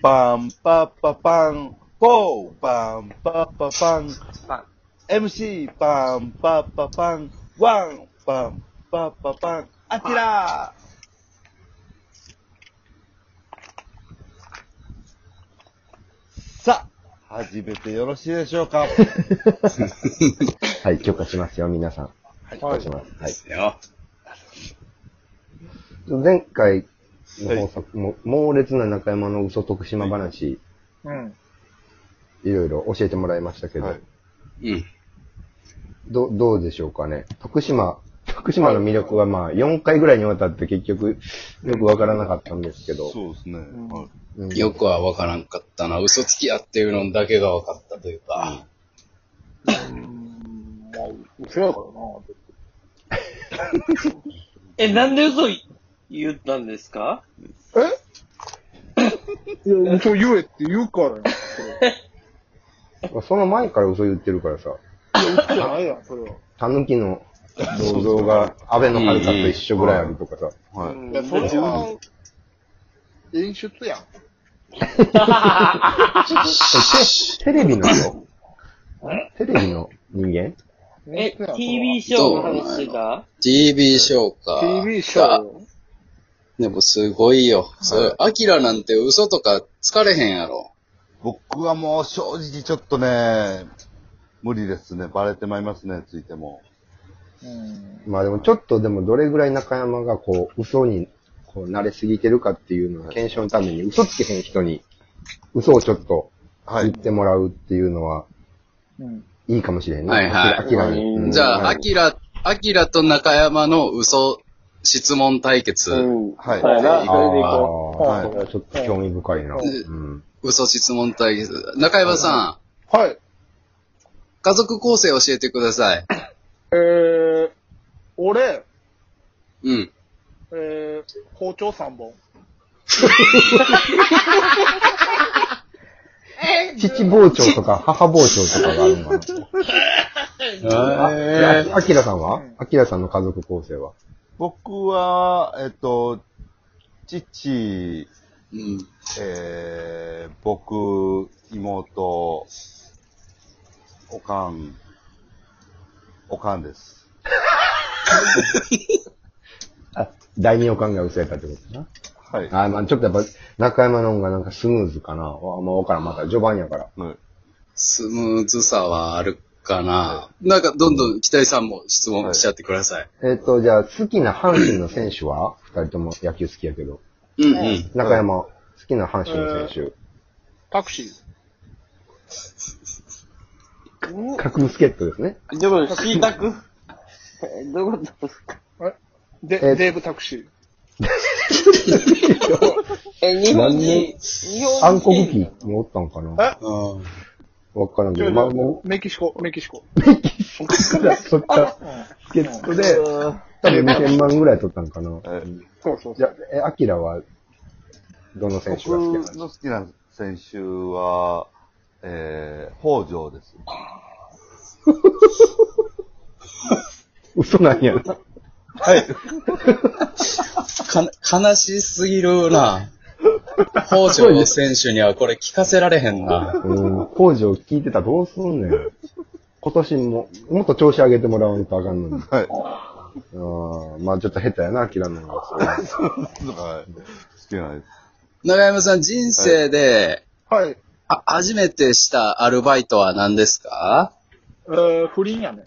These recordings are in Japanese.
パンパパパン、ポーパンパパパン、MC パンパパパン、ワンパンパパパン、アキラー。さあ、始めてよろしいでしょうか。 はい、許可しますよ、皆さん。 はい、 許可します。 はい。 前回の放送、猛烈な中山の嘘徳島話、いろいろ教えてもらいましたけど、 はい、 どうでしょうかね。徳島の魅力はまあ4回ぐらいにわたって結局よくわからなかったんですけど。 そうですね。 よくはわからんかったな。嘘つきやっていうのだけがわかったというか。 まあ、嘘やからな。 なんで嘘言ったんですか？ いや、嘘言えって言うからやその前から嘘言ってるからさ。 いや、嘘じゃないやん、それは。 たぬきの銅像が安倍の遥かと一緒ぐらいあるとかさ。 いや、それは、演出やん。 テレビの人？テレビの人間 ？TV ショーの話してた？ TV ショーか。 TV ショー。 でもすごいよ。アキラなんて嘘とか疲れへんやろ。 僕はもう正直ちょっとね、無理ですね。バレてまいりますね、ついても。 まあでもちょっとでもどれぐらい中山がこう嘘にこう慣れすぎてるかっていうのを検証のために嘘つけへん人に嘘をちょっと言ってもらうっていうのはいいかもしれんね。 はいはい。 アキラに。 じゃあ、アキラと中山の嘘質問対決。 はい。 はいな。それでいこう。はい。ちょっと興味深いな。 嘘質問対決。中山さん。はい。 家族構成教えてください。 俺。包丁3本。 父包丁とか母包丁とかがあるのかな。アキラさんは？アキラさんの家族構成は？ 僕は、父、僕、妹、おかんです。 第二おかんが嘘やったってことな。 はい。 まあちょっとやっぱ、中山の方がなんかスムーズかな。わからん。また序盤やから。 スムーズさはあるかな。なんか、どんどん北井さんも質問しちゃってください。 じゃあ、好きな阪神の選手は？二人とも野球好きやけど。中山、好きな阪神の選手。 タクシー。角助っ人ですね。 でも、シータクどういうことですか？ デーブタクシー。 日本人。 暗黒期におったんかな？わからんけど、 メキシコ。 そっか、助っ人で、多分2000万ぐらい取ったんかな。 そう。 じゃあ、アキラは、どの選手が好きなの？ 僕の好きな選手は、北条です。 嘘なんやな。 はい。 悲しすぎるな。北条選手にはこれ聞かせられへんな。 北条聞いてたらどうすんねん。今年もっと調子上げてもらわんとあかんのに。 はい。 まあちょっと下手やな、嫌いなのが。 はい。好きなんです。 中山さん、人生で、初めてしたアルバイトは何ですか？ 不倫やね。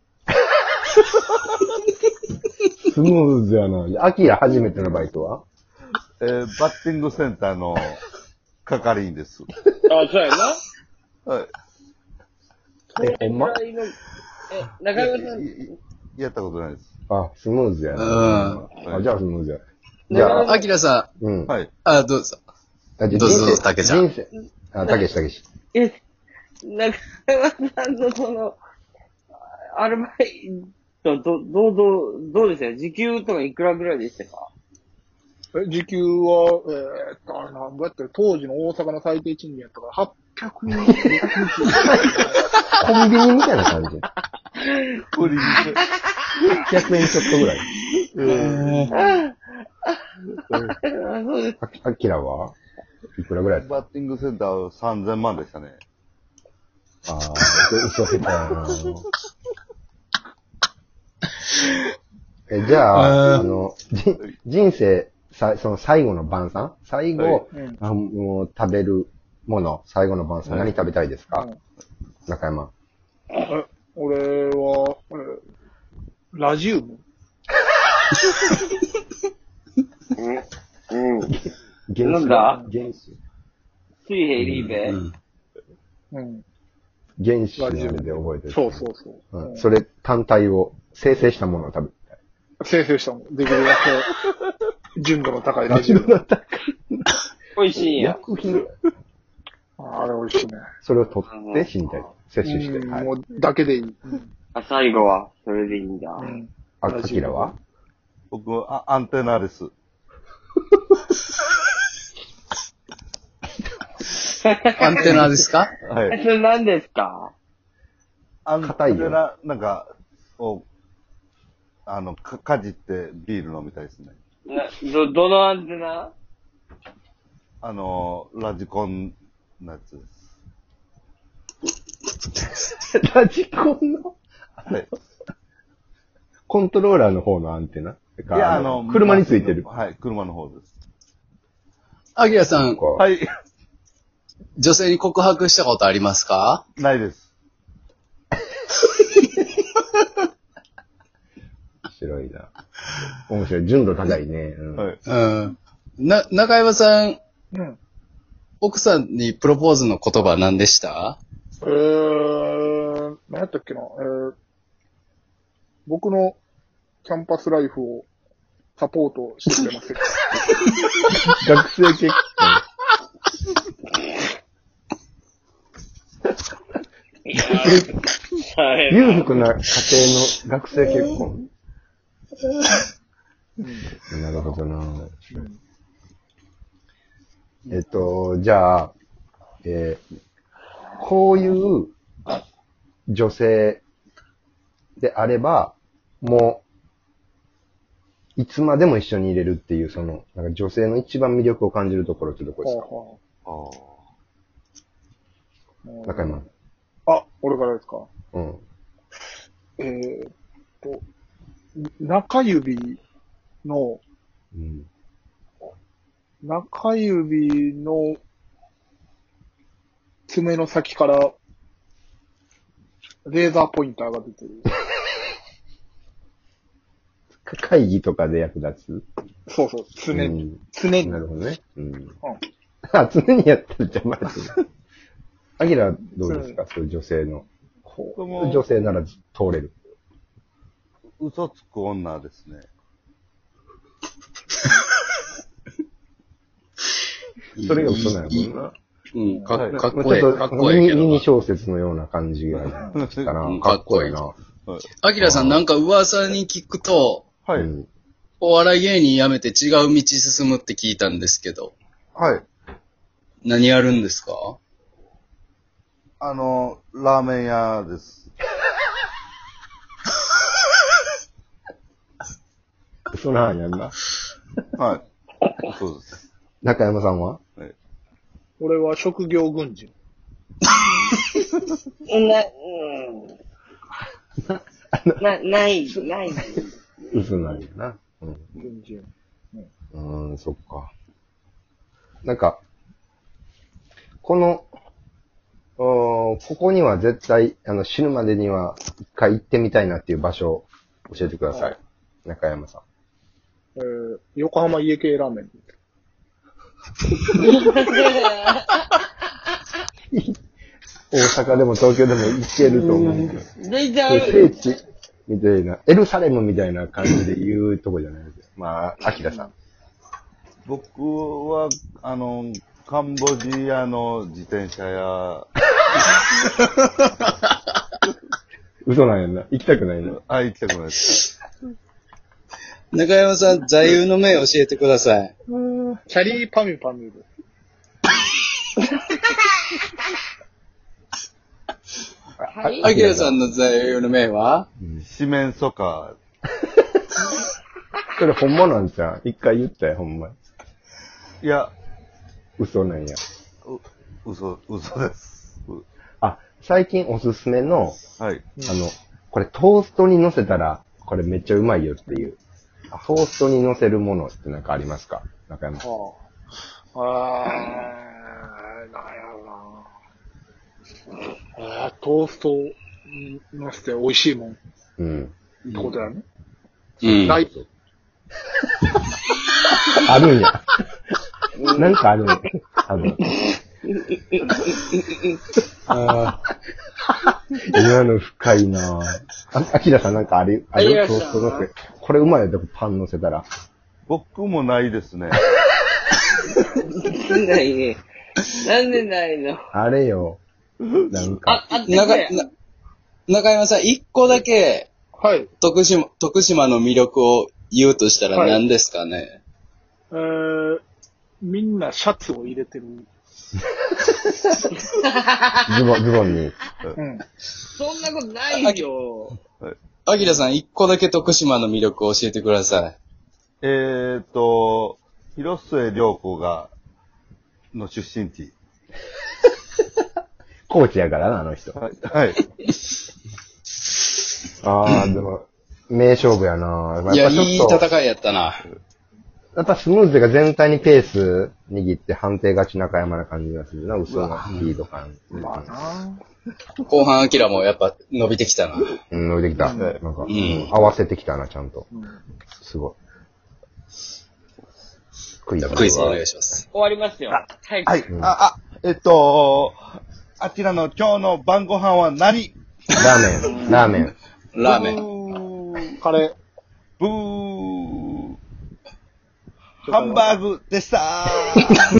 スムーズやな。アキラ初めてのバイトは？ バッティングセンターの係員です。 そうやな。 はい。 ほんま？ 中山さん。 やったことないです。 スムーズやな。じゃあスムーズや。 じゃあ、アキラさん。 はい。 どうぞ。どうぞ、たけちゃん。 たけし。 中山さんのその、アルバイト、どうでした？時給とかいくらぐらいでしたか？ 時給は、なんぼやったら当時の大阪の最低賃金やったから、800円。 コンビニみたいな感じ。 不倫。 800円ちょっとぐらい。アキラは？ いくらぐらいやった？ バッティングセンター3000万でしたね。 ああ、嘘下手やな。じゃあ、人生、その最後の晩餐最後、もう食べるもの、最後の晩餐、何食べたいですか、中山。 俺は、ラジウムなんだ原子。 水平リーベ原子なんで覚えてる。 そうそうそう。 それ単体を生成したものを食べたい。 生成したもの。できるだけ、純度の高いラジウム。 美味しいんや。 薬品。 あれ美味しいね。 それを取って死にたい。摂取して。 もう、だけでいい。 最後は、それでいいんだ。 あきらは僕はアンテナです。 アンテナですか？ はい。 それ何ですか？ アンテナ、なんか、かじってビール飲みたいですね。 どのアンテナ？ ラジコンのやつです。 ラジコンのはい。 コントローラーの方のアンテナ？ いや、 車についてる。 はい、車の方です。 アキラさん。 はい。 女性に告白したことありますか？ ないです。 面白いな。面白い。純度高いね。 はい。 中山さん、奥さんにプロポーズの言葉は何でした？ 何やったっけな。僕のキャンパスライフをサポートしてくれますよ。 学生結婚。裕福な家庭の学生結婚。なるほどな。じゃあ、こういう女性であれば、もう、いつまでも一緒にいれるっていう、なんか女性の一番魅力を感じるところってどこですか？中山。 俺からですか？中指の、爪の先から、レーザーポインターが出てる。 会議とかで役立つ？そうそう、常に。 なるほどね。常にやってる邪魔ですね。アキラはどうですか？そういう女性の。女性なら通れる。 嘘つく女ですね。 それが嘘なんやもんな。 かっこいい。かっこいいけど。 ミニ小説のような感じがしたな。かっこいいな。 アキラさんなんか噂に聞くと、 はい。 お笑い芸人辞めて違う道進むって聞いたんですけど。 はい。 何やるんですか？ ラーメン屋です。 嘘なんやんな。 はい。そうです。 中山さんは？ 俺は職業軍人。 ない。 嘘なんやな。 軍人。 そっか。なんか、ここには絶対、死ぬまでには一回行ってみたいなっていう場所を教えてください。中山さん。 横浜家系ラーメン。 大阪でも東京でも行けると思うんですよ。聖地みたいな、エルサレムみたいな感じで言うとこじゃないですよ。まあ、アキラさん。 僕は、カンボジアの自転車屋。 嘘なんやんな。行きたくないな。 行きたくないです。 中山さん、座右の銘教えてください。 キャリーパミュパミュです。 アキラさんの座右の銘は？ 四面楚歌。 それほんまなんじゃん。一回言ったよ、ほんまに。 いや、 嘘なんや。 嘘です。 あ、最近おすすめの、 はい。 これトーストに乗せたら、これめっちゃうまいよっていう。トーストに乗せるものってなんかありますか？中山。 なんやろな。トーストに乗せて美味しいもん。ってことやね。ない。 あるんや。なんかあるんや。今の深いなぁ。あきらさんなんかあるトースト乗せ。これうまいよ、でもパン乗せたら。 僕もないですね。 ないね。なんでないの？ あれよ。なんか。 中山さん、一個だけ、 はい。 徳島の魅力を言うとしたら何ですかね？ みんなシャツを入れてる。 ズボンに。 そんなことないよ。 あきらさん、一個だけ徳島の魅力を教えてください。 広末涼子の出身地。 高知やからな、あの人。 はい。 でも、名勝負やな。 いや、いい戦いやったな。 やっぱスムーズが全体にペース握って判定勝ち中山な感じがするな、嘘のスピード感。 まあな。 後半アキラもやっぱ伸びてきたな。 伸びてきた。なんか、合わせてきたな、ちゃんと。すごい。 クイズお願いします。 終わりますよ。はい。 はい。あちらの今日の晩ご飯は何？ ラーメン。 カレー。 ブー。ハンバーグでしたー。